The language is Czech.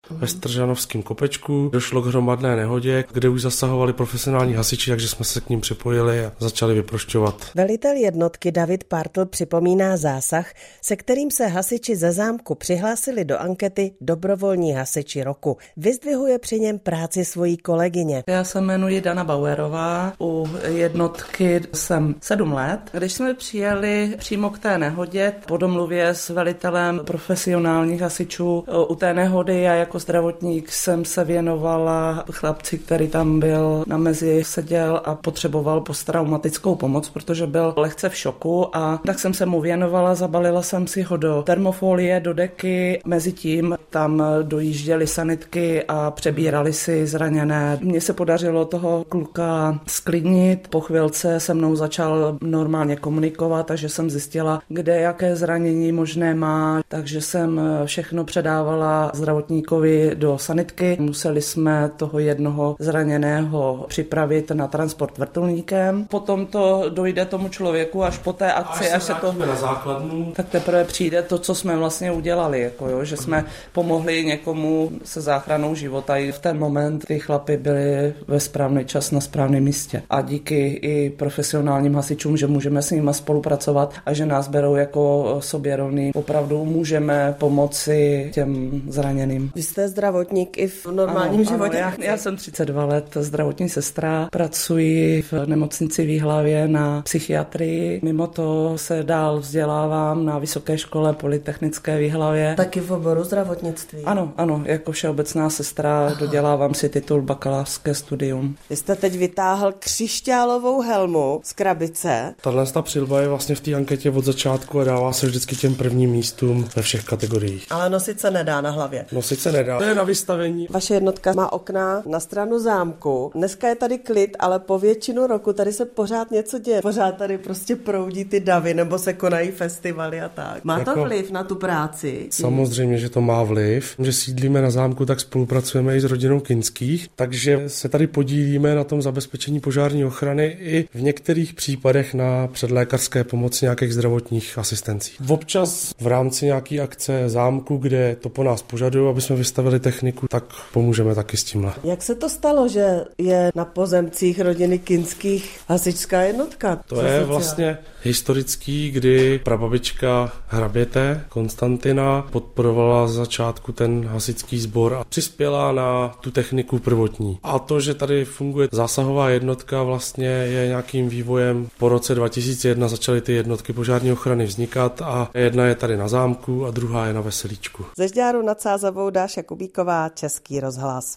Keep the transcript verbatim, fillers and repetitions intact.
ve Stržanovském kopečku. Došlo k hromadné nehodě, kde už zasahovali profesionální hasiči, takže jsme se k ním připojili a začali vyprošťovat. Velitel jednotky David Partl připomíná zásah, se kterým se hasiči ze zámku přihlásili do ankety Dobrovolní hasiči roku. Vyzdvihuje při něm práci svojí kolegyně. Já se jmenuji Dana Bauerová, u jednotky jsem sedm let. Když jsme přijeli přímo k té nehodě, po domluvě s velitelem profesionálních hasičů u té nehody, já jako zdravotník jsem se věnovala chlapci, který tam byl na mezi seděl a potřeboval posttraumatickou pomoc, protože byl lehce v šoku, a tak jsem se mu věnovala, zabalila jsem si ho do termofolie, do deky, mezitím tam dojížděly sanitky a přebírali si zraněné. Mně se podařilo toho kluka sklidnit, po chvilce se mnou začal normálně komunikovat, takže jsem zjistila, kde jaké zranění možné má, takže jsem všechno předávala zdravotníkovi do sanitky. Museli jsme toho jednoho zraněného připravit na transport vrtulníkem. Potom to dojde tomu člověku až po té akci, až, až se to na základnu, tak teprve přijde to, co jsme vlastně udělali, jako jo, že jsme pomohli někomu se záchranou života. I v ten moment ty chlapy byli ve správný čas na správném místě. A díky i profesionálním hasičům, že můžeme s nimi spolupracovat a že nás berou jako sobě rovný, opravdu můžeme pomoci těm zraněným. Vy jste zdravotník i v normálním ano, životě? Ano, já, já jsem třicet dva let zdravotní sestra, pracuji v nemocnici v Jihlavě na psychiatrii. Mimo to se dál vzdělávám na Vysoké škole polytechnické v Jihlavě. Taky v oboru zdravotnictví? Ano, ano, jako všeobecná sestra. Aha. Dodělávám si titul bakalářské studium. Vy jste teď vytáhl křišťálovou helmu z krabice. Tahle ta přilba je vlastně v té anketě od začátku a dává se vždycky těm prvním místům ve všech kategoriích. Ale nosit se nedá na hlavě. Nosit se nedá. To je na vystavení. Vaše jednotka má okna na stranu zámku. Dneska je tady klid, ale po většinu roku tady se pořád něco děje. Pořád tady prostě proudí ty davy, nebo se konají festivaly a tak. Má to jako vliv na tu práci? Samozřejmě, že to má vliv. Že sídlíme na zámku, tak spolupracujeme i s rodinou Kinských, takže se tady podílíme na tom zabezpečení požární ochrany i v některých případech na předlékařské pomoci nějakých zdravotních asistencí. Občas v rámci nějaký akce zámku, kde to po nás požadují, aby jsme vystavili techniku, tak pomůžeme taky s tímhle. Jak se to stalo, že je na pozemcích rodiny Kinských hasičská jednotka? To je vlastně historický, kdy prababička hraběte Konstantina podporovala z začátku ten hasičský sbor a přispěla na tu techniku prvotní. A to, že tady funguje zásahová jednotka, vlastně je nějakým vývojem. Po roce dva tisíce jedna začaly ty jednotky požární ochrany vznikat a jedna je tady na zámku a druhá je na Veselíčku. Ze Žďáru nad Sázavou Dáša Kubíková, Český rozhlas.